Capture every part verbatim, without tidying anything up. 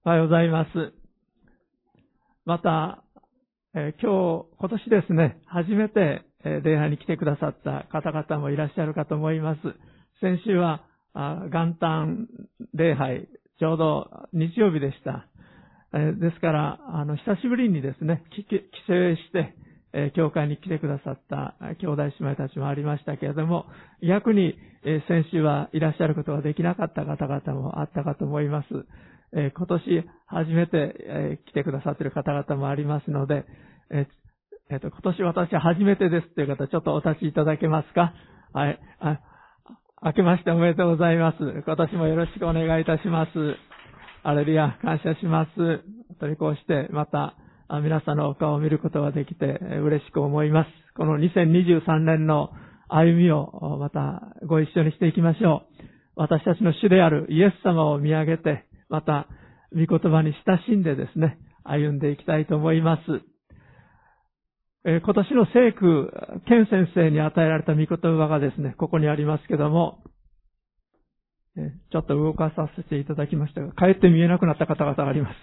おはようございます。また、えー、今日、今年ですね、初めて、えー、礼拝に来てくださった方々もいらっしゃるかと思います。先週は、あ元旦礼拝、ちょうど日曜日でした。えー、ですから、あの、久しぶりにですね、帰省して、えー、教会に来てくださった兄弟姉妹たちもありましたけれども、逆に、えー、先週はいらっしゃることができなかった方々もあったかと思います。えー、今年初めて、えー、来てくださっている方々もありますので、えーえー、と今年私初めてですという方、ちょっとお立ちいただけますか。はい。あ、明けましておめでとうございます。今年もよろしくお願いいたします。アレルヤ、感謝します。本当にこうして、また、皆さんのお顔を見ることができて嬉しく思います。このにせんにじゅうさんねんの歩みをまたご一緒にしていきましょう。私たちの主であるイエス様を見上げて、また、御言葉に親しんでですね、歩んでいきたいと思います。えー、今年の聖句、ケン先生に与えられた御言葉がですね、ここにありますけども、えー、ちょっと動かさせていただきましたが、かえって見えなくなった方々があります。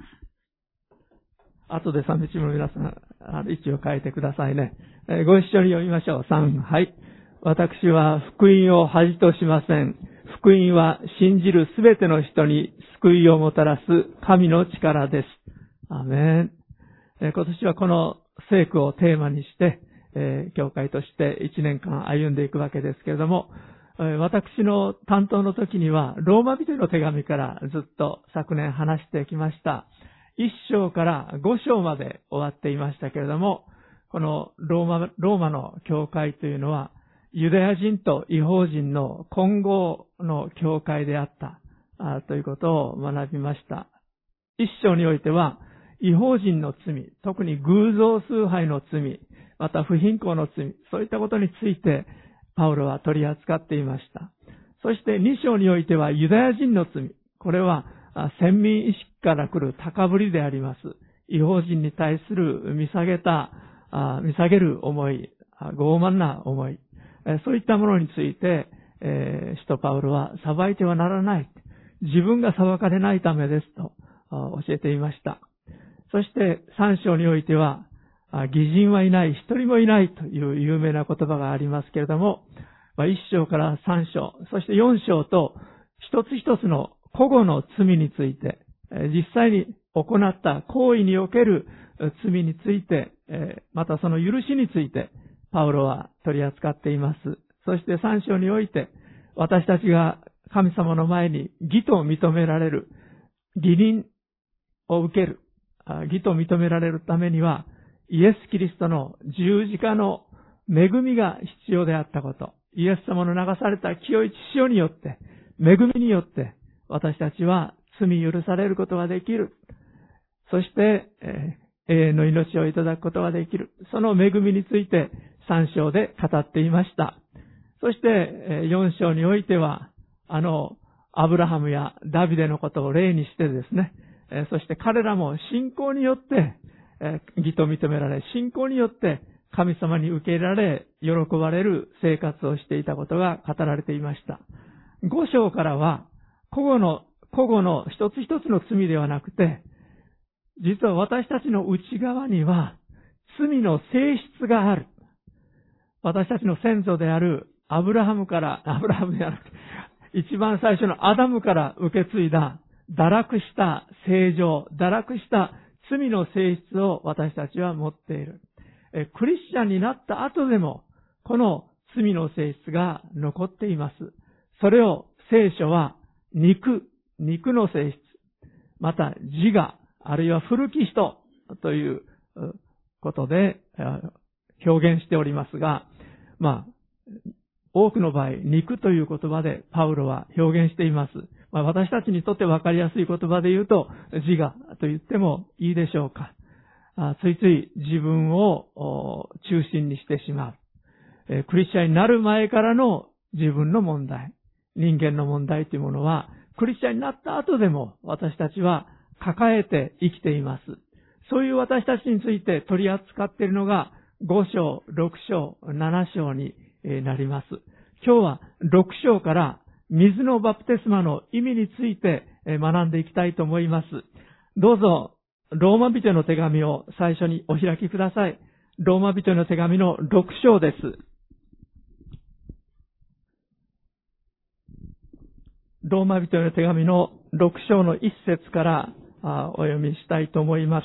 後で賛美チームの皆さん、位置を変えてくださいね。えー、ご一緒に読みましょう。さん、はい。私は福音を恥としません。福音は信じるすべての人に救いをもたらす神の力です。アーメン。えー、今年はこの聖句をテーマにして、えー、教会として一年間歩んでいくわけですけれども、えー、私の担当の時にはローマ人の手紙からずっと昨年話してきました。一章から五章まで終わっていましたけれども、このローマ、ローマの教会というのは、ユダヤ人と異邦人の混合の教会であったあということを学びました。一章においては、異邦人の罪、特に偶像崇拝の罪、また不貧困の罪、そういったことについてパウロは取り扱っていました。そして二章においてはユダヤ人の罪、これは先民意識から来る高ぶりであります。異邦人に対する見下げた、見下げる思い、傲慢な思い、そういったものについて、えー、使徒パウロは裁いてはならない。自分が裁かれないためですと教えていました。そして三章においては、義人はいない、一人もいないという有名な言葉がありますけれども、一章から三章、そして四章と一つ一つの個々の罪について、実際に行った行為における罪について、またその許しについて、パウロは取り扱っています。そして三章において、私たちが神様の前に義と認められる、義人を受ける、義と認められるためには、イエス・キリストの十字架の恵みが必要であったこと、イエス様の流された清い血潮によって、恵みによって、私たちは罪許されることができる。そして、えー永遠の命をいただくことができる。その恵みについて三章で語っていました。そして四章においては、あの、アブラハムやダビデのことを例にしてですね、そして彼らも信仰によって、義と認められ、信仰によって神様に受け入れられ、喜ばれる生活をしていたことが語られていました。五章からは、個々の、個々の一つ一つの罪ではなくて、実は私たちの内側には罪の性質がある。私たちの先祖であるアブラハムから、アブラハムではなくて、一番最初のアダムから受け継いだ堕落した性情、堕落した罪の性質を私たちは持っている。クリスチャンになった後でも、この罪の性質が残っています。それを聖書は肉、肉の性質、また自我、あるいは古き人ということで表現しておりますが、まあ、多くの場合、肉という言葉でパウロは表現しています。まあ、私たちにとって分かりやすい言葉で言うと、自我と言ってもいいでしょうか。ついつい自分を中心にしてしまう。クリスチャンになる前からの自分の問題、人間の問題というものは、クリスチャンになった後でも私たちは抱えて生きています。そういう私たちについて取り扱っているのがご章、ろく章、なな章になります。今日はろく章から水のバプテスマの意味について学んでいきたいと思います。どうぞ、ローマ人の手紙を最初にお開きください。ローマ人の手紙のろく章です。ローマ人の手紙のろく章の一節からお読みしたいと思います。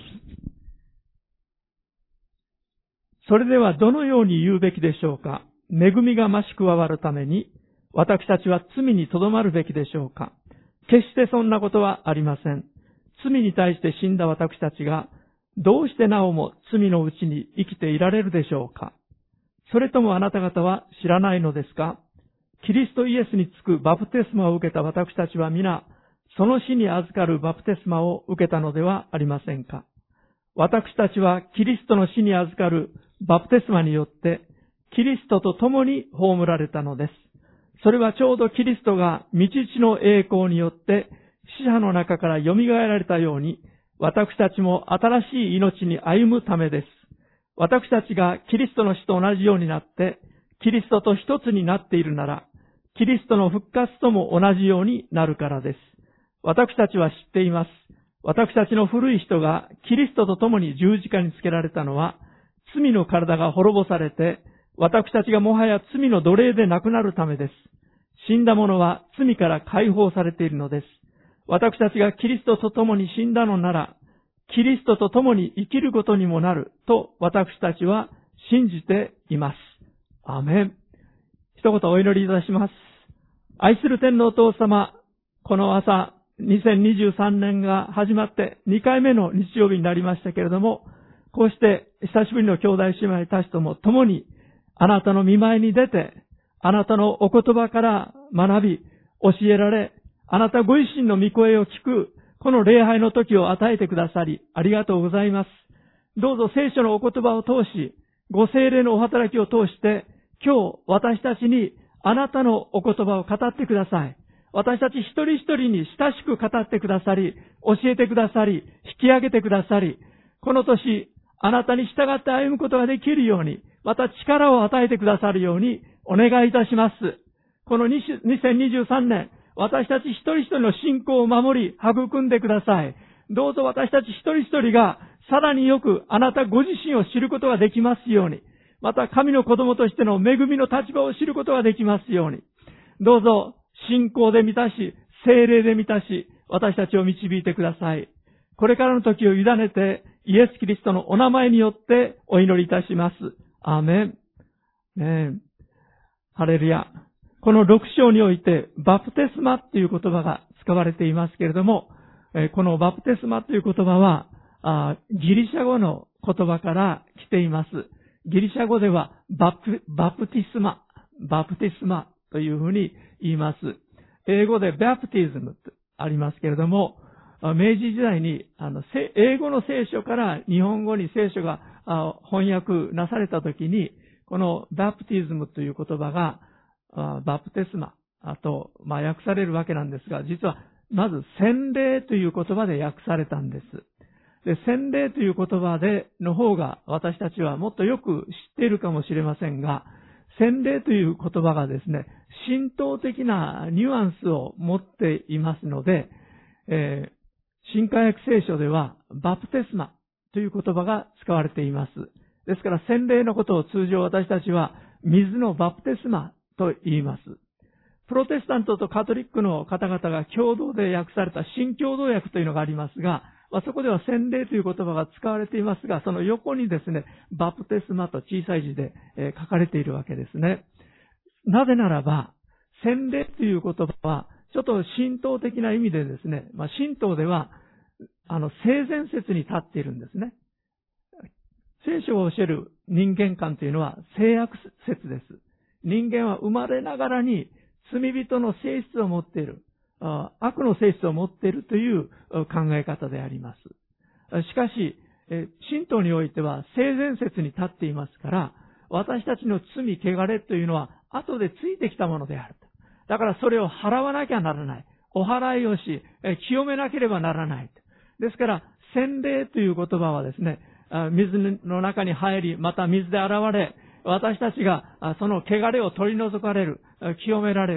それではどのように言うべきでしょうか。恵みが増し加わるために、私たちは罪にとどまるべきでしょうか。決してそんなことはありません。罪に対して死んだ私たちが、どうしてなおも罪のうちに生きていられるでしょうか。それともあなた方は知らないのですか。キリストイエスにつくバプテスマを受けた私たちは皆、その死に預かるバプテスマを受けたのではありませんか。私たちはキリストの死に預かるバプテスマによって、キリストと共に葬られたのです。それはちょうどキリストが道地の栄光によって死者の中から蘇られたように、私たちも新しい命に歩むためです。私たちがキリストの死と同じようになって、キリストと一つになっているなら、キリストの復活とも同じようになるからです。私たちは知っています。私たちの古い人がキリストと共に十字架につけられたのは、罪の体が滅ぼされて、私たちがもはや罪の奴隷でなくなるためです。死んだ者は罪から解放されているのです。私たちがキリストと共に死んだのなら、キリストと共に生きることにもなると私たちは信じています。アーメン。一言お祈りいたします。愛する天のお父様、この朝、にせんにじゅうさんねんが始まってにかいめの日曜日になりましたけれども、こうして久しぶりの兄弟姉妹たちとも共にあなたの御前に出て、あなたのお言葉から学び、教えられ、あなたご自身の御声を聞く、この礼拝の時を与えてくださり、ありがとうございます。どうぞ聖書のお言葉を通し、ご聖霊のお働きを通して、今日私たちにあなたのお言葉を語ってください。私たち一人一人に親しく語ってくださり、教えてくださり、引き上げてくださり、この年、あなたに従って歩むことができるように、また力を与えてくださるようにお願いいたします。このにせんにじゅうさんねん、私たち一人一人の信仰を守り、育んでください。どうぞ私たち一人一人が、さらによくあなたご自身を知ることができますように、また神の子供としての恵みの立場を知ることができますように、どうぞ信仰で満たし、聖霊で満たし、私たちを導いてください。これからの時を委ねて、イエス・キリストのお名前によってお祈りいたします。アーメン。ねえ。ハレルヤ。このろく章において、バプテスマという言葉が使われていますけれども、このバプテスマという言葉は、ギリシャ語の言葉から来ています。ギリシャ語ではバプ、バプティスマ、バプティスマというふうに言います。英語でバプティズムとありますけれども、明治時代にあの英語の聖書から日本語に聖書が翻訳なされたときに、このバプティズムという言葉がバプテスマと、まあ、訳されるわけなんですが、実はまず洗礼という言葉で訳されたんです。で、洗礼という言葉での方が私たちはもっとよく知っているかもしれませんが、洗礼という言葉がですね、神道的なニュアンスを持っていますので、えー新海訳聖書ではバプテスマという言葉が使われています。ですから洗礼のことを通常私たちは水のバプテスマと言います。プロテスタントとカトリックの方々が共同で訳された新共同訳というのがありますが、まあ、そこでは洗礼という言葉が使われていますが、その横にですね、バプテスマと小さい字で、えー、書かれているわけですね。なぜならば、洗礼という言葉はちょっと神道的な意味でですね、まあ、神道では、あの、性善説に立っているんですね。聖書を教える人間観というのは性悪説です。人間は生まれながらに罪人の性質を持っている、悪の性質を持っているという考え方であります。しかし、神道においては性善説に立っていますから、私たちの罪、汚れというのは後でついてきたものである。だからそれを払わなきゃならない。お払いをし、清めなければならない。ですから、洗礼という言葉はですね、水の中に入り、また水で洗われ、私たちがその汚れを取り除かれる、清められる。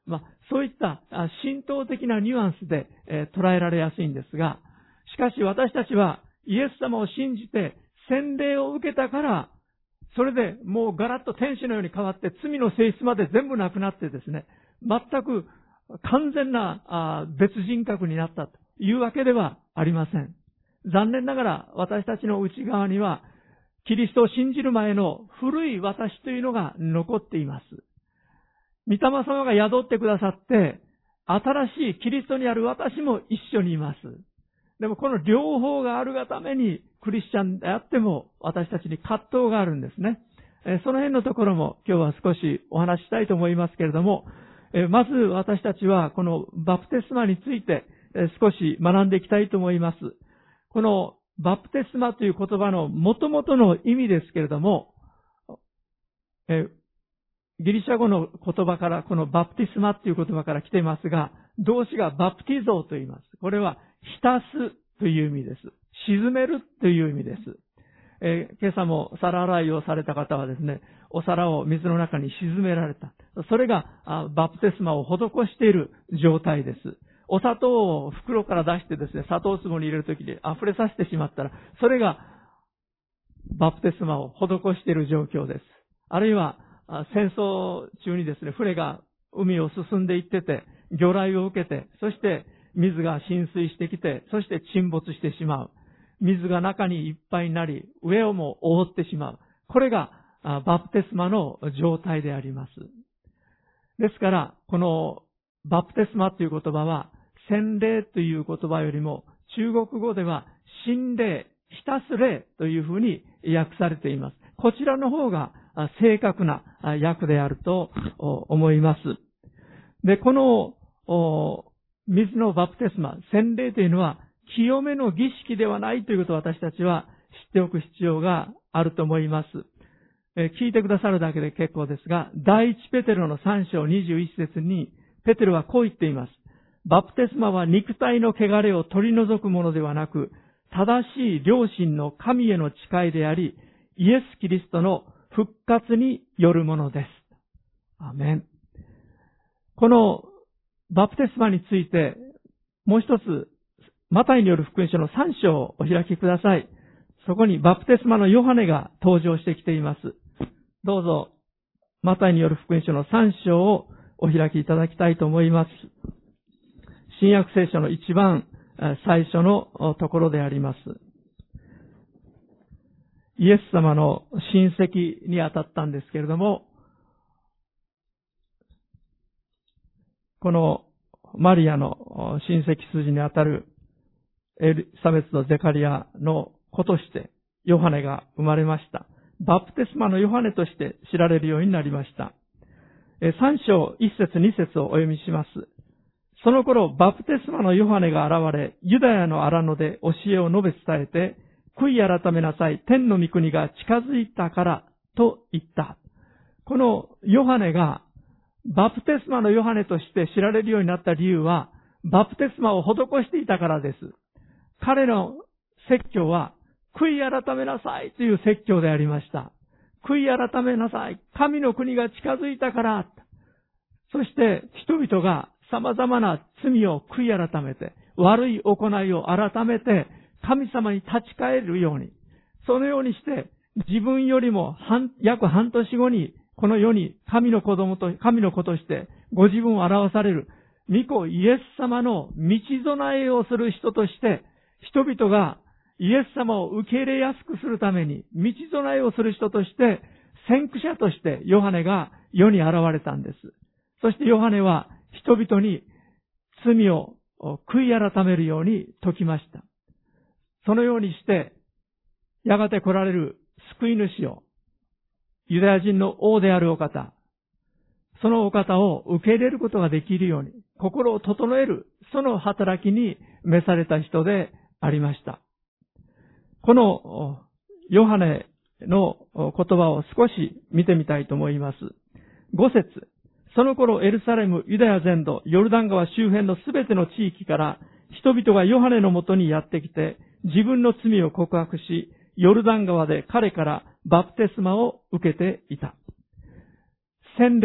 まあ、そういった神道的なニュアンスで、えー、捉えられやすいんですが、しかし私たちはイエス様を信じて洗礼を受けたから、それでもうガラッと天使のように変わって罪の性質まで全部なくなってですね、全く完全な別人格になったというわけではありません。残念ながら私たちの内側にはキリストを信じる前の古い私というのが残っています。御霊様が宿ってくださって、新しいキリストにある私も一緒にいます。でもこの両方があるがためにクリスチャンであっても私たちに葛藤があるんですね。その辺のところも今日は少しお話ししたいと思いますけれども、まず私たちはこのバプテスマについて少し学んでいきたいと思います。このバプテスマという言葉の元々の意味ですけれども、ギリシャ語の言葉からこのバプテスマという言葉から来ていますが、動詞がバプティゾーと言います。これは浸すという意味です。沈めるという意味です。えー、今朝も皿洗いをされた方はですね、お皿を水の中に沈められた。それがバプテスマを施している状態です。お砂糖を袋から出してですね、砂糖壺に入れるときに溢れさせてしまったら、それがバプテスマを施している状況です。あるいは戦争中にですね、船が海を進んでいってて、魚雷を受けて、そして水が浸水してきて、そして沈没してしまう。水が中にいっぱいになり、上をも覆ってしまう。これがバプテスマの状態であります。ですから、このバプテスマという言葉は、洗礼という言葉よりも、中国語では、浸礼、浸す礼というふうに訳されています。こちらの方が正確な訳であると思います。で、この水のバプテスマ、洗礼というのは清めの儀式ではないということを私たちは知っておく必要があると思います。聞いてくださるだけで結構ですが、第一ペテロのさん章にじゅういち節にペテロはこう言っています。バプテスマは肉体の汚れを取り除くものではなく、正しい良心の神への誓いであり、イエス・キリストの復活によるものです。アメン。このバプテスマについて、もう一つ、マタイによる福音書のさん章をお開きください。そこにバプテスマのヨハネが登場してきています。どうぞ、マタイによる福音書のさん章をお開きいただきたいと思います。新約聖書の一番最初のところであります。イエス様の親戚にあたったんですけれども、このマリアの親戚筋にあたるエリサベツとゼカリアの子としてヨハネが生まれました。バプテスマのヨハネとして知られるようになりました。さん章いち節に節をお読みします。その頃、バプテスマのヨハネが現れ、ユダヤの荒野で教えを述べ伝えて、悔い改めなさい、天の御国が近づいたからと言った。このヨハネがバプテスマのヨハネとして知られるようになった理由は、バプテスマを施していたからです。彼の説教は、悔い改めなさいという説教でありました。悔い改めなさい。神の国が近づいたから。そして人々が様々な罪を悔い改めて、悪い行いを改めて、神様に立ち返るように、そのようにして、自分よりも半約半年後に、この世に神の子供と、神の子として、ご自分を表される、御子イエス様の道備えをする人として、人々がイエス様を受け入れやすくするために、道備えをする人として、先駆者としてヨハネが世に現れたんです。そしてヨハネは人々に罪を悔い改めるように説きました。そのようにして、やがて来られる救い主を、ユダヤ人の王であるお方、そのお方を受け入れることができるように、心を整える、その働きに召された人でありました。このヨハネの言葉を少し見てみたいと思います。ご節。その頃エルサレム、ユダヤ全土、ヨルダン川周辺のすべての地域から人々がヨハネのもとにやってきて、自分の罪を告白し、ヨルダン川で彼からバプテスマを受けていた。洗礼、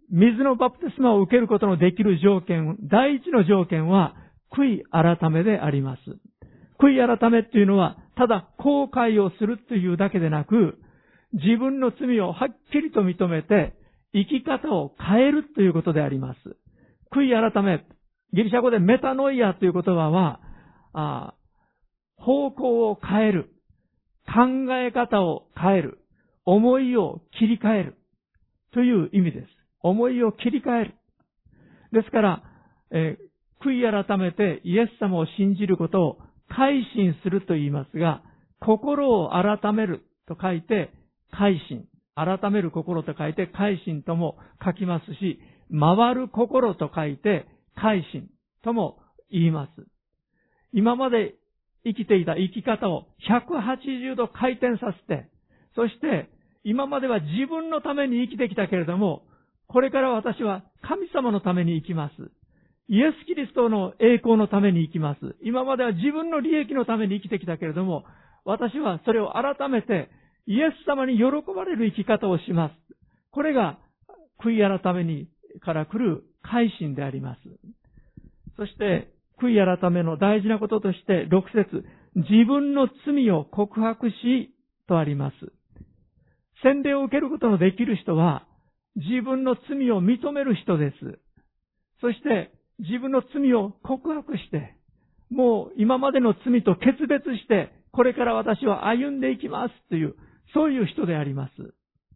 水のバプテスマを受けることのできる条件、第一の条件は、悔い改めであります。悔い改めっていうのは、ただ後悔をするというだけでなく、自分の罪をはっきりと認めて、生き方を変えるということであります。悔い改め、ギリシャ語でメタノイアという言葉は、あ方向を変える、考え方を変える、思いを切り替えるという意味です。思いを切り替える。ですから、えー、悔い改めてイエス様を信じることを改心すると言いますが、心を改めると書いて改心。改める心と書いて改心とも書きますし、回る心と書いて改心とも言います。今まで生きていた生き方をひゃくはちじゅうど回転させて、そして今までは自分のために生きてきたけれども、これから私は神様のために生きます。イエス・キリストの栄光のために生きます。今までは自分の利益のために生きてきたけれども、私はそれを改めてイエス様に喜ばれる生き方をします。これが悔い改めにから来る改心であります。そして悔い改めの大事なこととしてろく節、自分の罪を告白しとあります。洗礼を受けることのできる人は自分の罪を認める人です。そして自分の罪を告白して、もう今までの罪と決別して、これから私は歩んでいきますという、そういう人であります。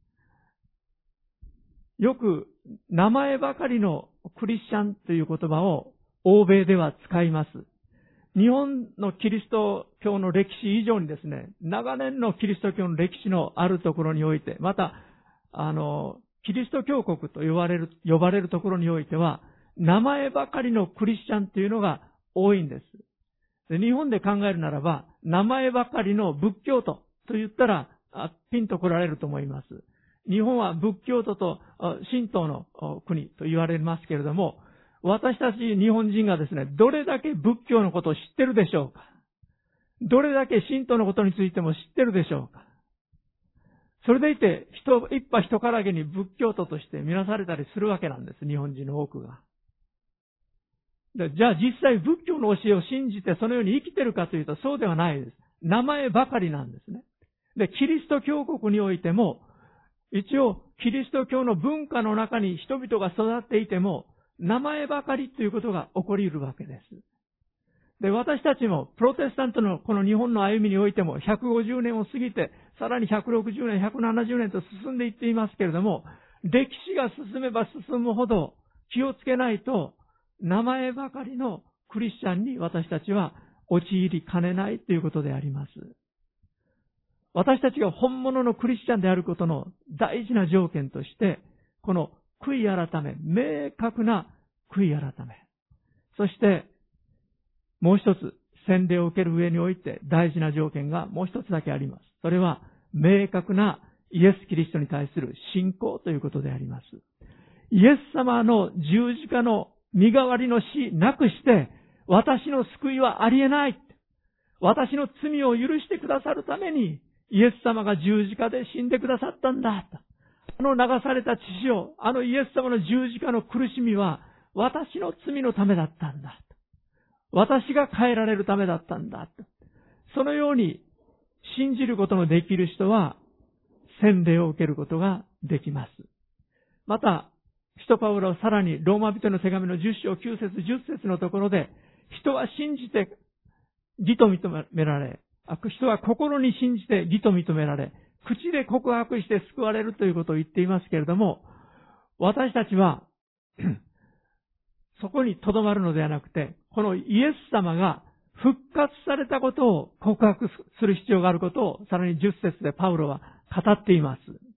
よく名前ばかりのクリスチャンという言葉を欧米では使います。日本のキリスト教の歴史以上にですね、長年のキリスト教の歴史のあるところにおいて、また、あの、キリスト教国と呼ばれる、呼ばれるところにおいては、名前ばかりのクリスチャンというのが多いんです。で、日本で考えるならば、名前ばかりの仏教徒と言ったら、ピンと来られると思います。日本は仏教徒と神道の国と言われますけれども、私たち日本人がですね、どれだけ仏教のことを知ってるでしょうか？どれだけ神道のことについても知ってるでしょうか？それでいて、人、一派人からげに仏教徒として見なされたりするわけなんです、日本人の多くが。で、じゃあ実際仏教の教えを信じてそのように生きてるかというとそうではないです。名前ばかりなんですね。で、キリスト教国においても、一応キリスト教の文化の中に人々が育っていても、名前ばかりということが起こり得るわけです。で、私たちもプロテスタントのこの日本の歩みにおいてもひゃくごじゅうねんを過ぎて、さらにひゃくろくじゅうねん、ひゃくななじゅうねんと進んでいっていますけれども、歴史が進めば進むほど気をつけないと、名前ばかりのクリスチャンに私たちは陥りかねないということであります。私たちが本物のクリスチャンであることの大事な条件として、この悔い改め、明確な悔い改め。そして、もう一つ、洗礼を受ける上において大事な条件がもう一つだけあります。それは、明確なイエス・キリストに対する信仰ということであります。イエス様の十字架の身代わりの死なくして、私の救いはありえない。私の罪を許してくださるために、イエス様が十字架で死んでくださったんだ。あの流された血潮、あのイエス様の十字架の苦しみは、私の罪のためだったんだ。私が変えられるためだったんだ。そのように信じることのできる人は、洗礼を受けることができます。また、使徒パウロはさらにローマ人の手紙のじゅっ章きゅう節じゅっ節のところで、人は信じて義と認められ、人は心に信じて義と認められ、口で告白して救われるということを言っていますけれども、私たちはそこに留まるのではなくて、このイエス様が復活されたことを告白する必要があることを、さらにじゅっ節でパウロは語っています。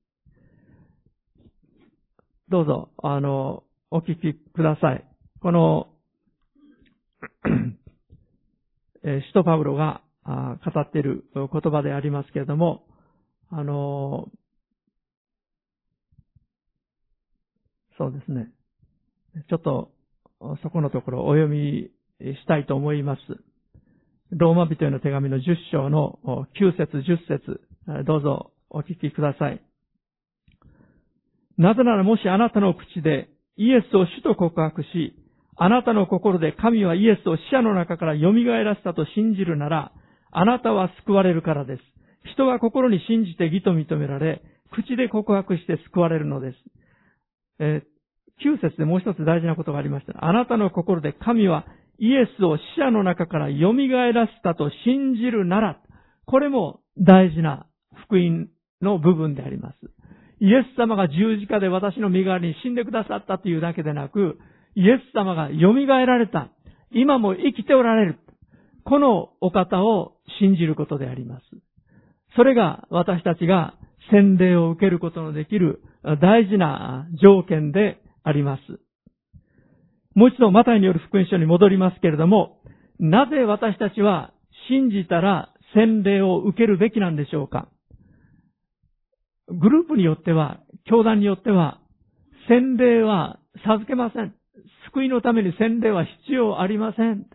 どうぞ、あの、お聞きください。この、使徒パウロが語っている言葉でありますけれども、あの、そうですね。ちょっと、そこのところをお読みしたいと思います。ローマ人への手紙のじゅっ章のきゅう節じゅっ節、どうぞお聞きください。 なぜならもしあなたの口でイエスを主と告白し、あなたの心で神はイエスを死者の中から蘇らせたと信じるなら、あなたは救われるからです。人は心に信じて義と認められ、口で告白して救われるのです。えー、きゅう節でもう一つ大事なことがありました。あなたの心で神はイエスを死者の中から蘇らせたと信じるなら、これも大事な福音の部分であります。イエス様が十字架で私の身代わりに死んでくださったというだけでなく、イエス様が蘇られた。今も生きておられる。このお方を信じることであります。それが私たちが洗礼を受けることのできる大事な条件であります。もう一度マタイによる福音書に戻りますけれども、なぜ私たちは信じたら洗礼を受けるべきなんでしょうか。グループによっては、教団によっては、洗礼は授けません。救いのために洗礼は必要ありません。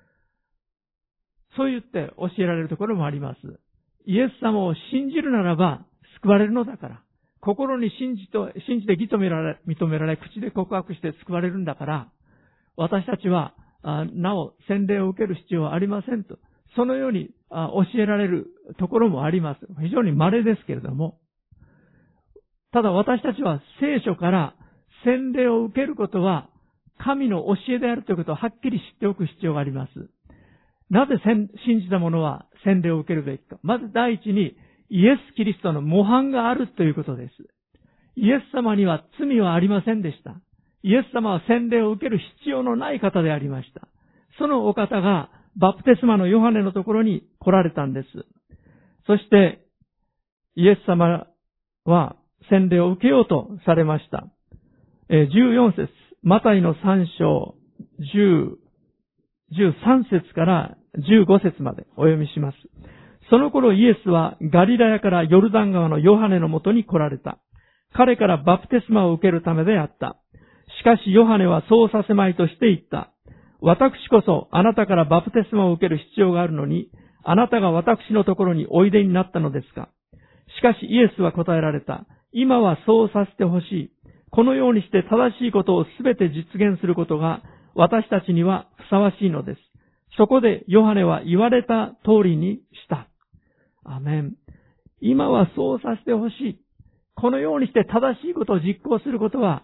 そう言って教えられるところもあります。イエス様を信じるならば救われるのだから。心に信じと、信じて認められ、認められ、口で告白して救われるんだから、私たちは、なお洗礼を受ける必要はありませんと。そのように教えられるところもあります。非常に稀ですけれども。ただ私たちは聖書から洗礼を受けることは神の教えであるということをはっきり知っておく必要があります。なぜ信じた者は洗礼を受けるべきか。まず第一にイエス・キリストの模範があるということです。イエス様には罪はありませんでした。イエス様は洗礼を受ける必要のない方でありました。そのお方がバプテスマのヨハネのところに来られたんです。そしてイエス様は洗礼を受けようとされました。じゅうよん節、マタイのさん章じゅう、じゅうさん節からじゅうご節までお読みします。その頃イエスはガリラヤからヨルダン川のヨハネのもとに来られた。彼からバプテスマを受けるためであった。しかしヨハネはそうさせまいとして言った。私こそあなたからバプテスマを受ける必要があるのに、あなたが私のところにおいでになったのですか。しかしイエスは答えられた。今はそうさせてほしい。このようにして正しいことをすべて実現することが私たちにはふさわしいのです。そこでヨハネは言われた通りにした。アメン。今はそうさせてほしい。このようにして正しいことを実行することは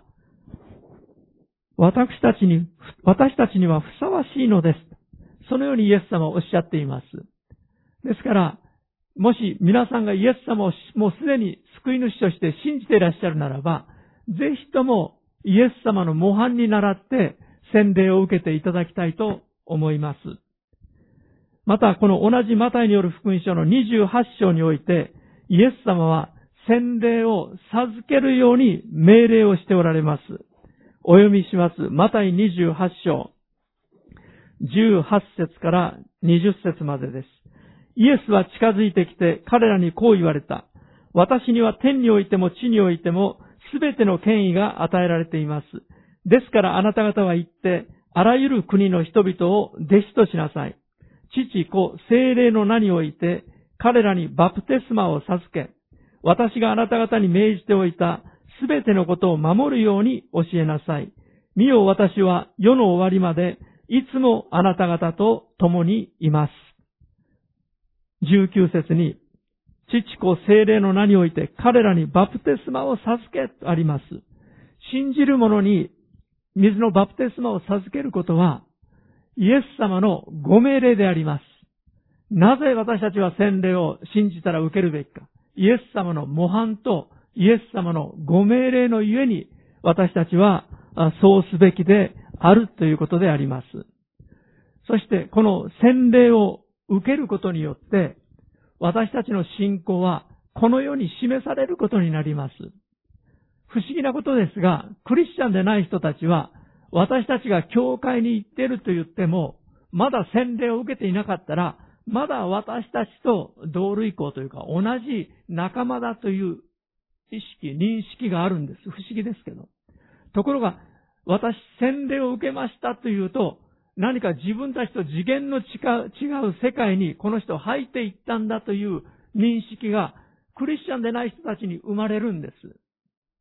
私たちに、私たちにはふさわしいのです。そのようにイエス様はおっしゃっています。ですから、もし皆さんがイエス様をもうすでに救い主として信じていらっしゃるならば、ぜひともイエス様の模範に倣って洗礼を受けていただきたいと思います。また、この同じマタイによる福音書のにじゅうはち章において、イエス様は洗礼を授けるように命令をしておられます。お読みします。マタイにじゅうはち章、じゅうはち節からにじゅう節までです。イエスは近づいてきて彼らにこう言われた。私には天においても地においてもすべての権威が与えられています。ですからあなた方は行って、あらゆる国の人々を弟子としなさい。父、子、聖霊の名において彼らにバプテスマを授け、私があなた方に命じておいたすべてのことを守るように教えなさい。見よ、私は世の終わりまでいつもあなた方と共にいます。じゅうきゅう節に、父子聖霊の名において彼らにバプテスマを授けとあります。信じる者に水のバプテスマを授けることは、イエス様のご命令であります。なぜ私たちは洗礼を信じたら受けるべきか。イエス様の模範とイエス様のご命令のゆえに、私たちはそうすべきであるということであります。そしてこの洗礼を受けることによって、私たちの信仰はこの世に示されることになります。不思議なことですが、クリスチャンでない人たちは、私たちが教会に行っていると言っても、まだ洗礼を受けていなかったら、まだ私たちと同類校というか、同じ仲間だという意識、認識があるんです。不思議ですけど。ところが、私、洗礼を受けましたというと、何か自分たちと次元の違う、違う世界にこの人を入っていったんだという認識がクリスチャンでない人たちに生まれるんです。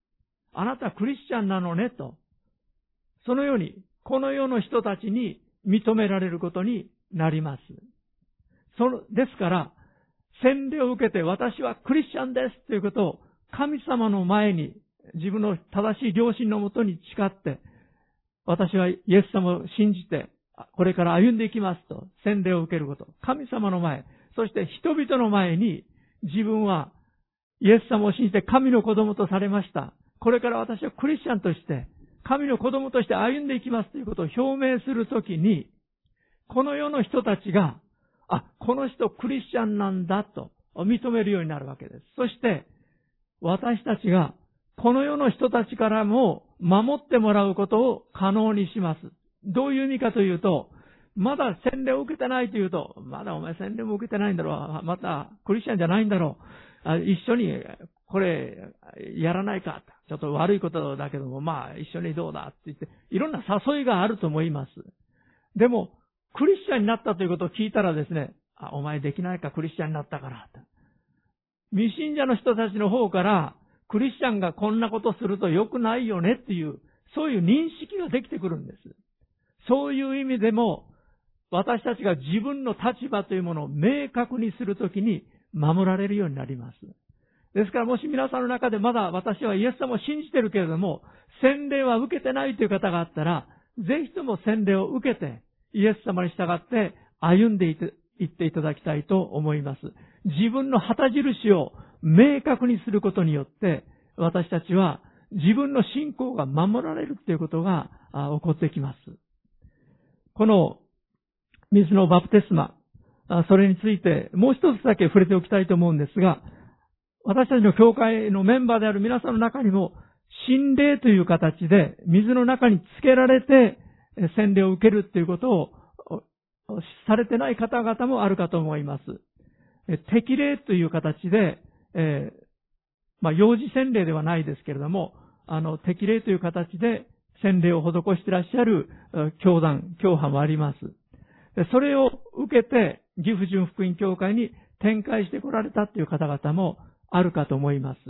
あなたクリスチャンなのねと、そのように、この世の人たちに認められることになります。その、ですから、洗礼を受けて私はクリスチャンですということを神様の前に自分の正しい良心のもとに誓って、私はイエス様を信じてこれから歩んでいきますと洗礼を受けること。神様の前、そして人々の前に自分はイエス様を信じて神の子供とされました。これから私はクリスチャンとして神の子供として歩んでいきますということを表明するときに、この世の人たちがあ、この人クリスチャンなんだと認めるようになるわけです。そして、私たちがこの世の人たちからも守ってもらうことを可能にします。どういう意味かというと、まだ洗礼を受けてないというと、まだお前洗礼も受けてないんだろう。またクリスチャンじゃないんだろう。一緒にこれやらないか。ちょっと悪いことだけども、まあ一緒にどうだって言って、いろんな誘いがあると思います。でも、クリスチャンになったということを聞いたらですね、あ、お前できないか、クリスチャンになったから。未信者の人たちの方から、クリスチャンがこんなことすると良くないよねっていう、そういう認識ができてくるんです。そういう意味でも、私たちが自分の立場というものを明確にするときに守られるようになります。ですからもし皆さんの中でまだ私はイエス様を信じているけれども、洗礼は受けてないという方があったら、ぜひとも洗礼を受けて、イエス様に従って歩んでいっていっていただきたいと思います。自分の旗印を明確にすることによって、私たちは自分の信仰が守られるということが起こってきます。この水のバプテスマ、それについてもう一つだけ触れておきたいと思うんですが、私たちの教会のメンバーである皆さんの中にも、洗礼という形で水の中につけられて洗礼を受けるということをされてない方々もあるかと思います。適礼という形で、えー、まあ、幼児洗礼ではないですけれども、あの、適礼という形で洗礼を施していらっしゃる教団、教派もあります。それを受けて、岐阜純福音教会に展開してこられたという方々もあるかと思います。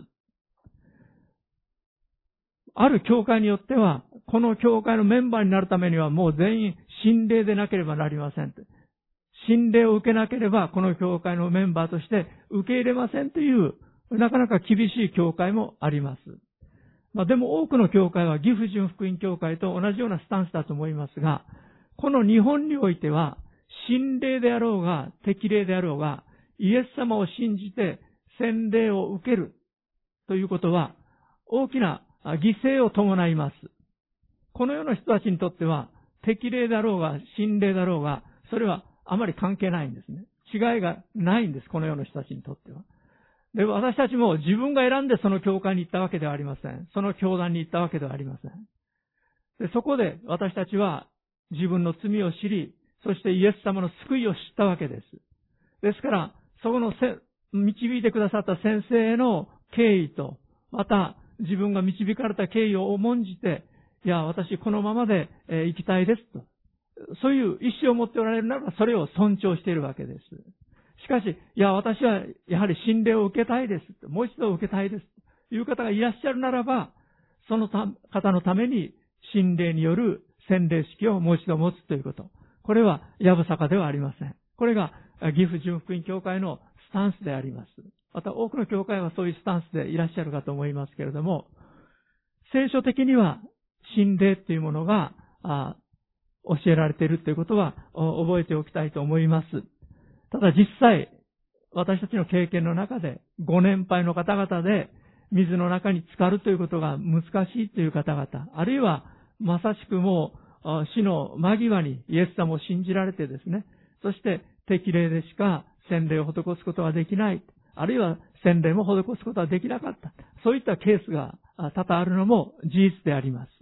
ある教会によっては、この教会のメンバーになるためにはもう全員洗礼でなければなりません。洗礼を受けなければこの教会のメンバーとして受け入れませんという、なかなか厳しい教会もあります。まあ、でも多くの教会は岐阜純福音教会と同じようなスタンスだと思いますが、この日本においては、洗礼であろうが適礼であろうが、イエス様を信じて洗礼を受けるということは大きな犠牲を伴います。この世の人たちにとっては、適礼だろうが、真礼だろうが、それはあまり関係ないんですね。違いがないんです、この世の人たちにとっては。で、私たちも自分が選んでその教会に行ったわけではありません。その教団に行ったわけではありません。で、そこで私たちは自分の罪を知り、そしてイエス様の救いを知ったわけです。ですから、そこのせ導いてくださった先生への敬意と、また自分が導かれた敬意を重んじて、いや、私このままで生きたいですと。そういう意思を持っておられるならば、それを尊重しているわけです。しかし、いや、私はやはり洗礼を受けたいです。もう一度受けたいです。という方がいらっしゃるならば、その方のために洗礼による洗礼式をもう一度持つということ。これはやぶさかではありません。これが岐阜純福音教会のスタンスであります。また多くの教会はそういうスタンスでいらっしゃるかと思いますけれども、聖書的には洗礼というものがあ教えられているということは覚えておきたいと思います。ただ実際、私たちの経験の中でご年配の方々で水の中に浸かるということが難しいという方々、あるいはまさしくもう死の間際にイエス様を信じられてですね、そして適礼でしか洗礼を施すことができない、あるいは洗礼も施すことができなかった、そういったケースが多々あるのも事実であります。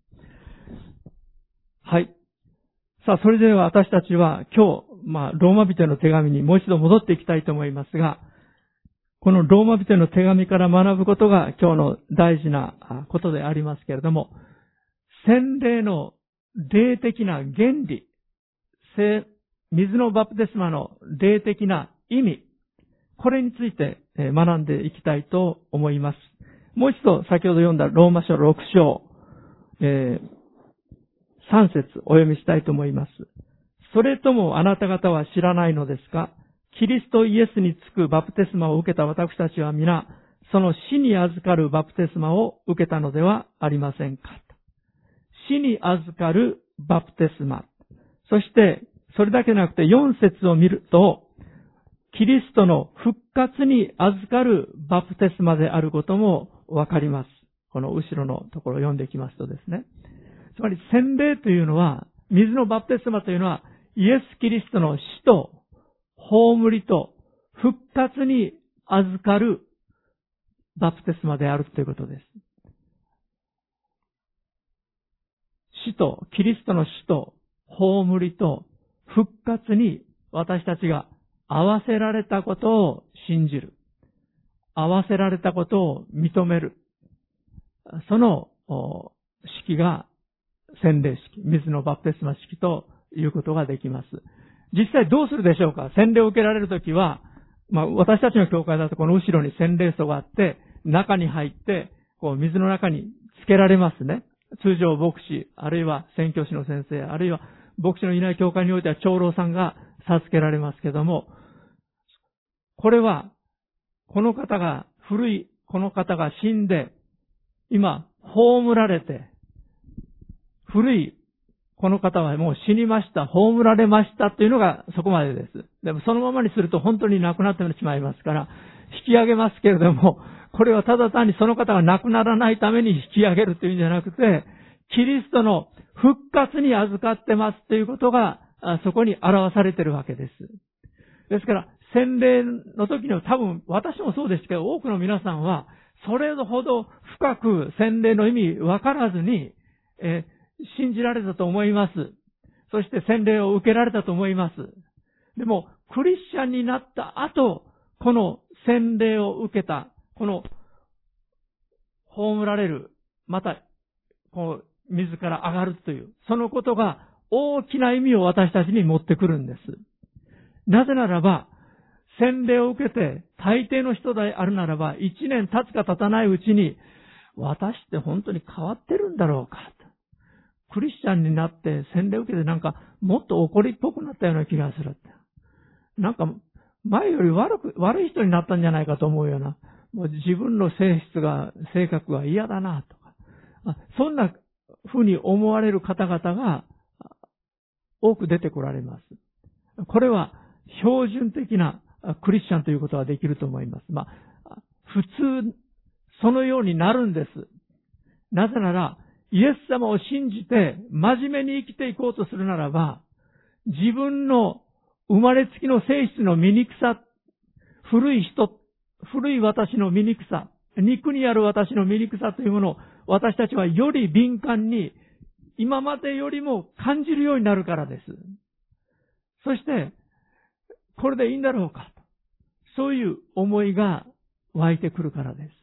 はい。さあ、それでは私たちは今日、まあ、ローマ人の手紙にもう一度戻っていきたいと思いますが、このローマ人の手紙から学ぶことが今日の大事なことでありますけれども、洗礼の霊的な原理、水のバプテスマの霊的な意味、これについて学んでいきたいと思います。 もう一度先ほど読んだローマ書ろく章、えー、さん節お読みしたいと思います。それともあなた方は知らないのですか？キリストイエスにつくバプテスマを受けた私たちは皆、その死に預かるバプテスマを受けたのではありませんか？死に預かるバプテスマ。そして、それだけでなくてよん節を見ると、キリストの復活に預かるバプテスマであることもわかります。この後ろのところを読んでいきますとですね。つまり洗礼というのは、水のバプテスマというのは、イエス・キリストの死と葬りと復活に預かるバプテスマであるということです。死と、キリストの死と葬りと復活に私たちが合わせられたことを信じる。合わせられたことを認める。その式が洗礼式、水のバプテスマ式ということができます。実際どうするでしょうか？洗礼を受けられるときは、まあ私たちの教会だとこの後ろに洗礼槽があって、中に入って、こう水の中につけられますね。通常牧師、あるいは宣教師の先生、あるいは牧師のいない教会においては長老さんが授けられますけども、これは、この方が、古い、この方が死んで、今、葬られて、古い、この方はもう死にました、葬られましたというのがそこまでです。でもそのままにすると本当に亡くなってしまいますから、引き上げますけれども、これはただ単にその方が亡くならないために引き上げるというんじゃなくて、キリストの復活に預かってますということが、そこに表されているわけです。ですから、洗礼の時には多分、私もそうですけど、多くの皆さんは、それほど深く洗礼の意味分からずに、えー、信じられたと思います。そして洗礼を受けられたと思います。でも、クリスチャンになった後、この洗礼を受けた、この、葬られる、また、こう、自ら上がるという、そのことが大きな意味を私たちに持ってくるんです。なぜならば、洗礼を受けて大抵の人であるならば、一年経つか経たないうちに、私って本当に変わってるんだろうかと。クリスチャンになって洗礼を受けてなんかもっと怒りっぽくなったような気がする。なんか前より悪く、悪い人になったんじゃないかと思うような、もう自分の性質が、性格が嫌だなとか、そんな風に思われる方々が多く出てこられます。これは標準的なクリスチャンということができると思います。まあ、普通、そのようになるんです。なぜなら、イエス様を信じて真面目に生きていこうとするならば、自分の生まれつきの性質の醜さ、古い人、古い私の醜さ、肉にある私の醜さというものを私たちはより敏感に今までよりも感じるようになるからです。そして、これでいいんだろうかと。そういう思いが湧いてくるからです。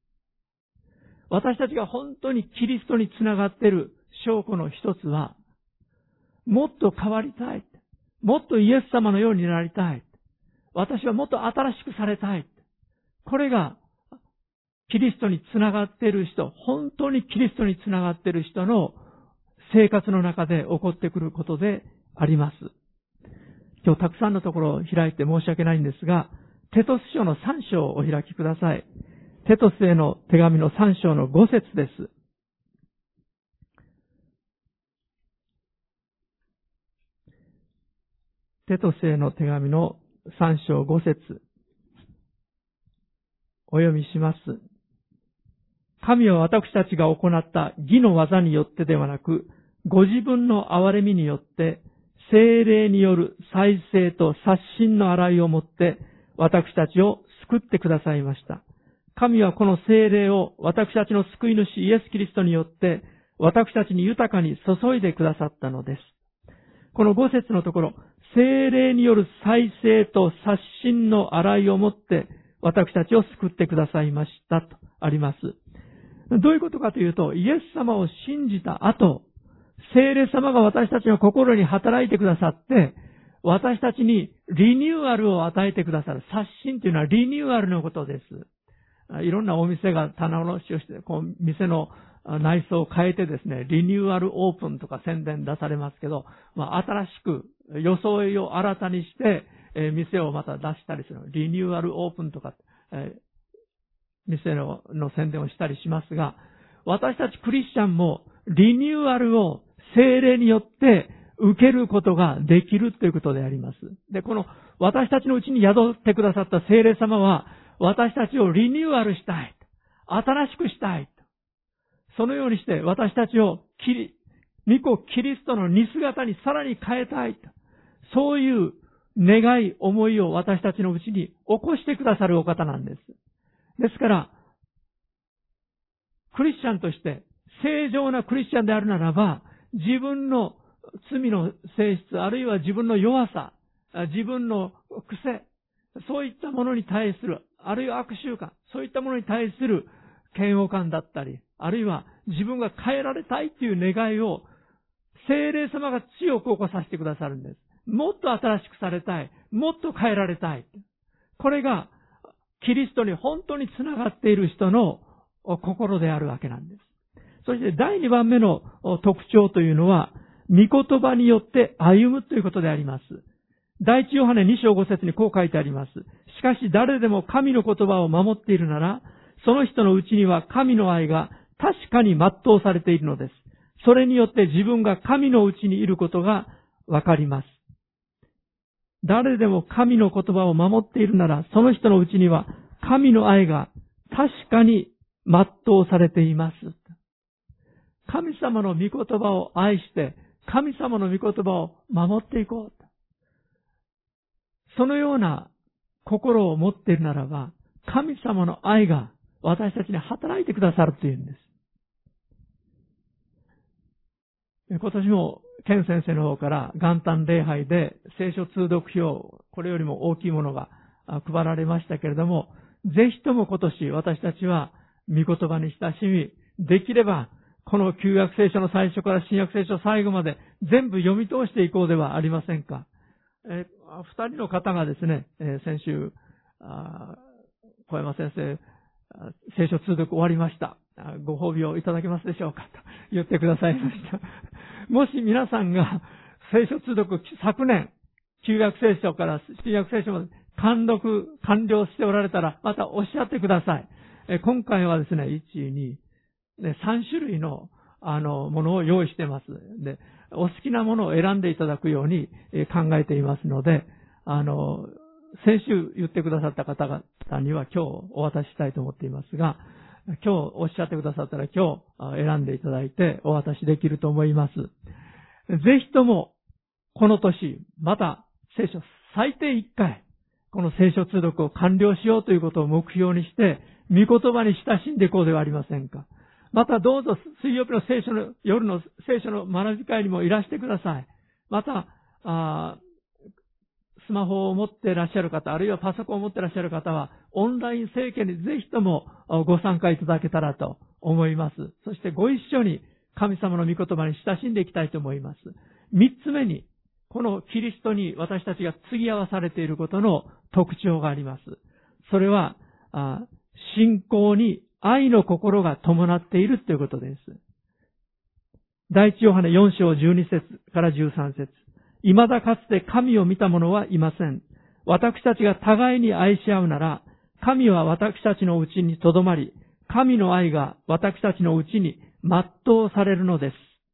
私たちが本当にキリストにつながっている証拠の一つは、もっと変わりたい。もっとイエス様のようになりたい。私はもっと新しくされたい。これが、キリストにつながっている人、本当にキリストにつながっている人の生活の中で起こってくることであります。今日たくさんのところを開いて申し訳ないんですが、テトス書のさん章をお開きください。テトスへの手紙のさん章のご節です。テトスへの手紙のさん章ご節。お読みします。神は私たちが行った義の技によってではなく、ご自分の憐れみによって、聖霊による再生と刷新の洗いをもって、私たちを救ってくださいました。神はこの聖霊を私たちの救い主イエス・キリストによって、私たちに豊かに注いでくださったのです。このご節のところ、聖霊による再生と刷新の洗いをもって、私たちを救ってくださいましたとあります。どういうことかというと、イエス様を信じた後、聖霊様が私たちの心に働いてくださって、私たちにリニューアルを与えてくださる。刷新というのはリニューアルのことです。 いろんなお店が棚卸しをして、こう、店の内装を変えてですね、リニューアルオープンとか宣伝出されますけど、まあ、新しく装いを新たにして、えー、店をまた出したりする。リニューアルオープンとか、えー、店のの宣伝をしたりしますが、私たちクリスチャンもリニューアルを聖霊によって受けることができるということであります。で、この私たちのうちに宿ってくださった聖霊様は、私たちをリニューアルしたい。新しくしたい。そのようにして私たちをキリ、御子キリストの似姿にさらに変えたい。そういう願い、思いを私たちのうちに起こしてくださるお方なんです。ですから、クリスチャンとして正常なクリスチャンであるならば、自分の罪の性質、あるいは自分の弱さ、自分の癖、そういったものに対する、あるいは悪習慣、そういったものに対する嫌悪感だったり、あるいは自分が変えられたいという願いを聖霊様が強く起こさせてくださるんです。もっと新しくされたい。もっと変えられたい。これがキリストに本当につながっている人の心であるわけなんです。そして第二番目の特徴というのは、御言葉によって歩むということであります。第一ヨハネに章ご節にこう書いてあります。しかし誰でも神の言葉を守っているなら、その人のうちには神の愛が確かに全うされているのです。それによって自分が神のうちにいることがわかります。誰でも神の言葉を守っているなら、その人のうちには神の愛が確かに全うされています。神様の御言葉を愛して、神様の御言葉を守っていこう。そのような心を持っているならば、神様の愛が私たちに働いてくださるというんです。今年も、ケン先生の方から元旦礼拝で聖書通読表、これよりも大きいものが配られましたけれども、ぜひとも今年私たちは御言葉に親しみ、できればこの旧約聖書の最初から新約聖書最後まで全部読み通していこうではありませんか。えー、二人の方がですね、えー、先週、小山先生、聖書通読終わりました。ご褒美をいただけますでしょうかと言ってくださいました。もし皆さんが聖書通読昨年、旧約聖書から新約聖書まで完読、完了しておられたら、またおっしゃってください。え今回はですね、いち、に、さん種類の、あの、ものを用意しています。で、お好きなものを選んでいただくように考えていますので、あの、先週言ってくださった方々には今日お渡ししたいと思っていますが、今日おっしゃってくださったら今日選んでいただいてお渡しできると思います。ぜひともこの年、また聖書最低いっかい、この聖書通読を完了しようということを目標にして、御言葉に親しんでいこうではありませんか。またどうぞ水曜日の聖書の、夜の聖書の学び会にもいらしてください。また、あスマホを持っていらっしゃる方、あるいはパソコンを持っていらっしゃる方は、オンライン聖経にぜひともご参加いただけたらと思います。そしてご一緒に神様の御言葉に親しんでいきたいと思います。三つ目に、このキリストに私たちが継ぎ合わされていることの特徴があります。それは、信仰に愛の心が伴っているということです。第一ヨハネよん章じゅうに節からじゅうさん節。未だかつて神を見た者はいません。私たちが互いに愛し合うなら、神は私たちのうちにとどまり、神の愛が私たちのうちに全うされるのです。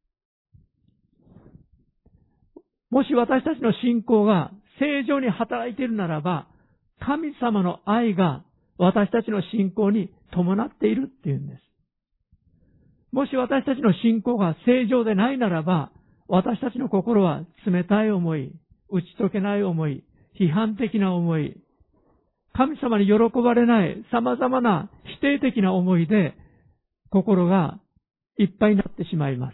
もし私たちの信仰が正常に働いているならば、神様の愛が私たちの信仰に伴っているっていうんです。もし私たちの信仰が正常でないならば、私たちの心は冷たい思い、打ち解けない思い、批判的な思い、神様に喜ばれない様々な否定的な思いで心がいっぱいになってしまいます。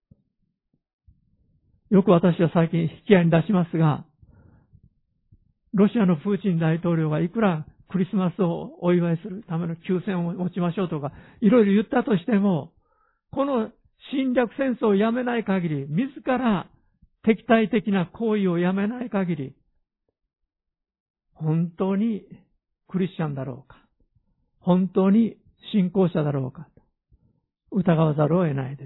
よく私は最近引き合いに出しますが、ロシアのプーチン大統領がいくらクリスマスをお祝いするための休戦を持ちましょうとか、いろいろ言ったとしても、この侵略戦争をやめない限り、自ら敵対的な行為をやめない限り、本当にクリスチャンだろうか。 本当に信仰者だろうかと疑わざるを得ないです。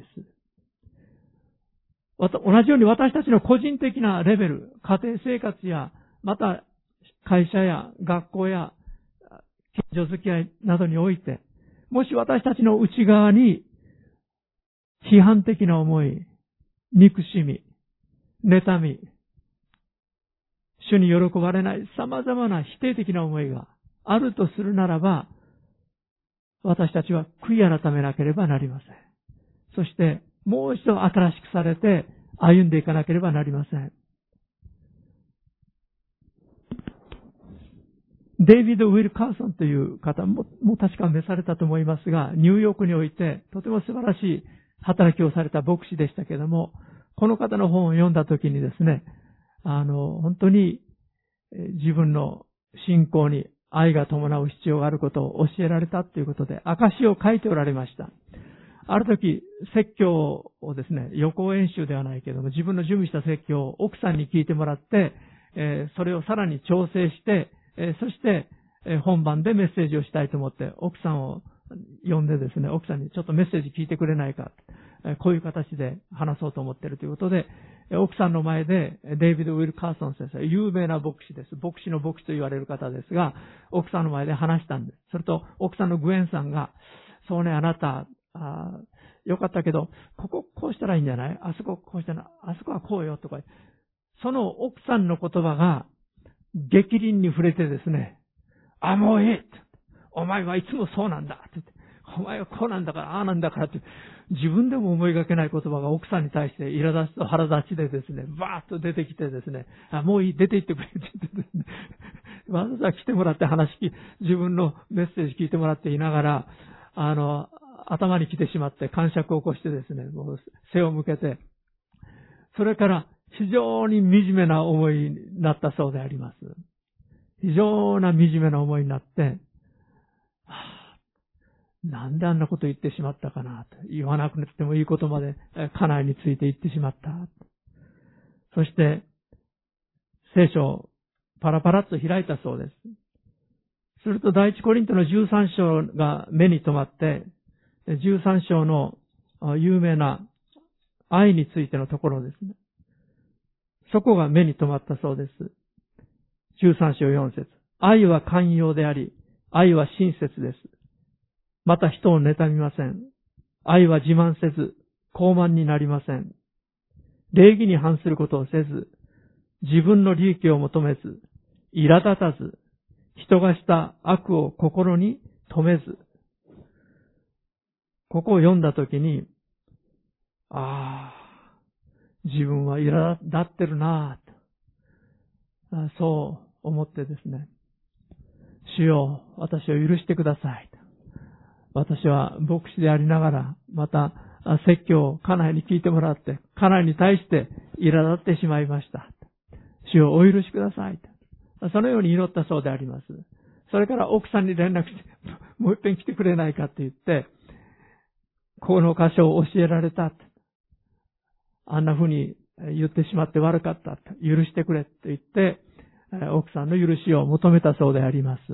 同じように私たちの個人的なレベル、家庭生活や、また会社や学校や近所付き合いなどにおいて、もし私たちの内側に批判的な思い、憎しみ、妬み、主に喜ばれない様々な否定的な思いがあるとするならば、私たちは悔い改めなければなりません。そして、もう一度新しくされて歩んでいかなければなりません。デイビッド・ウィル・カーソンという方も、もう確か召されたと思いますが、ニューヨークにおいてとても素晴らしい働きをされた牧師でしたけれども、この方の本を読んだときにですね、あの、本当に自分の信仰に愛が伴う必要があることを教えられたということで、証を書いておられました。ある時、説教をですね、予行演習ではないけれども、自分の準備した説教を奥さんに聞いてもらって、えー、それをさらに調整して、えー、そして、えー、本番でメッセージをしたいと思って、奥さんを呼んでですね、奥さんにちょっとメッセージ聞いてくれないか、えー、こういう形で話そうと思っているということで、奥さんの前で、デイビッド・ウィル・カーソン先生、有名な牧師です。牧師の牧師と言われる方ですが、奥さんの前で話したんです。それと、奥さんのグエンさんが、そうね、あなた、あよかったけど、こここうしたらいいんじゃない？あそここうしたら、あそこはこうよとか、その奥さんの言葉が、激鱗に触れてですね、あ、もういい！お前はいつもそうなんだって言って、お前はこうなんだから、ああなんだからって、自分でも思いがけない言葉が奥さんに対して苛立ちと腹立ちでですね、バーッと出てきてですね、あ、もういい、出て行ってくれって言ってですね、わざわざ来てもらって話聞き、自分のメッセージ聞いてもらっていながら、あの、頭に来てしまって感触を起こしてですね、もう背を向けて、それから非常に惨めな思いになったそうであります。非常な惨めな思いになって、はあ、なんであんなこと言ってしまったかなと。言わなくてもいいことまで家内について言ってしまった。そして、聖書をパラパラっと開いたそうです。すると第一コリントのじゅうさん章が目に留まって、じゅうさん章の有名な愛についてのところですね。そこが目に留まったそうです。じゅうさん章よん節。愛は寛容であり、愛は親切です。また人を妬みません。愛は自慢せず、傲慢になりません。礼儀に反することをせず、自分の利益を求めず、苛立たず、人がした悪を心に留めず。ここを読んだときに、ああ、自分は苛立ってるなぁと、そう思ってですね、主よ、私を許してください。私は牧師でありながら、また説教を家内に聞いてもらって、家内に対して苛立ってしまいました。主をお許しください。そのように祈ったそうであります。それから奥さんに連絡して、もう一遍来てくれないかって言って、この箇所を教えられた。あんな風に言ってしまって悪かった。許してくれって言って、奥さんの許しを求めたそうであります。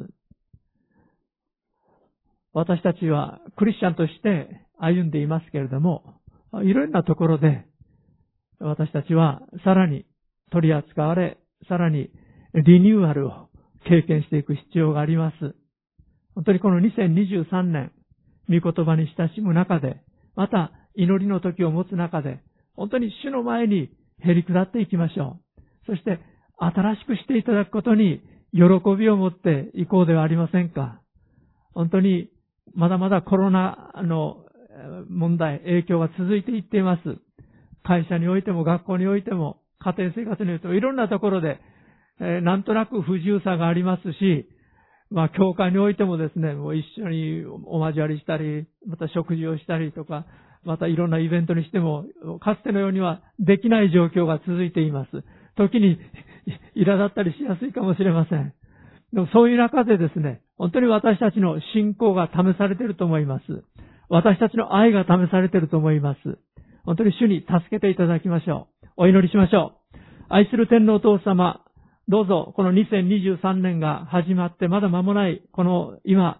私たちはクリスチャンとして歩んでいますけれども、いろんなところで私たちはさらに取り扱われ、さらにリニューアルを経験していく必要があります。本当にこのにせんにじゅうさんねん、御言葉に親しむ中で、また祈りの時を持つ中で、本当に主の前にへり下っていきましょう。そして新しくしていただくことに喜びを持っていこうではありませんか。本当にまだまだコロナの問題、影響が続いていっています。会社においても学校においても家庭生活においてもいろんなところで、えー、なんとなく不自由さがありますし、まあ教会においてもですね、もう一緒にお交わりしたり、また食事をしたりとか、またいろんなイベントにしても、かつてのようにはできない状況が続いています。時に苛立ったりしやすいかもしれません。でもそういう中でですね、本当に私たちの信仰が試されていると思います。私たちの愛が試されていると思います。本当に主に助けていただきましょう。お祈りしましょう。愛する天皇お父様、どうぞこのにせんにじゅうさんねんが始まってまだ間もないこの今、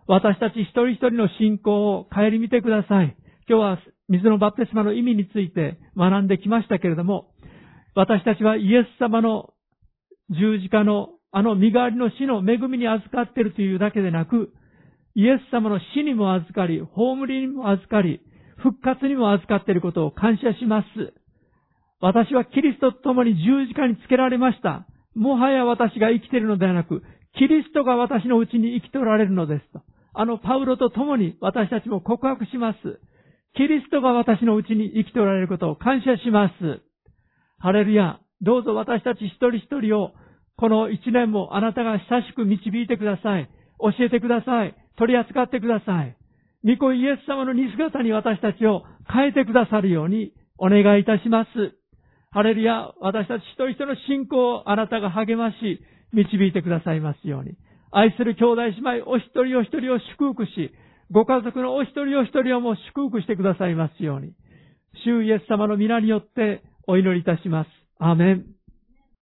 私たち一人一人の信仰を顧みてください。今日は水のバプテスマの意味について学んできましたけれども、私たちはイエス様の十字架のあの身代わりの死の恵みに預かっているというだけでなく、イエス様の死にも預かり、葬りにも預かり、復活にも預かっていることを感謝します。私はキリストと共に十字架につけられました。もはや私が生きているのではなく、キリストが私のうちに生きておられるのですと。あのパウロと共に私たちも告白します。キリストが私のうちに生きておられることを感謝します。ハレルヤ。どうぞ私たち一人一人をこの一年もあなたが親しく導いてください。教えてください。取り扱ってください。御子イエス様の似姿に私たちを変えてくださるようにお願いいたします。ハレルヤ。私たち一人一人の信仰をあなたが励まし、導いてくださいますように。愛する兄弟姉妹お一人お一人を祝福し、ご家族のお一人お一人をも祝福してくださいますように。主イエス様の皆によってお祈りいたします。アーメン。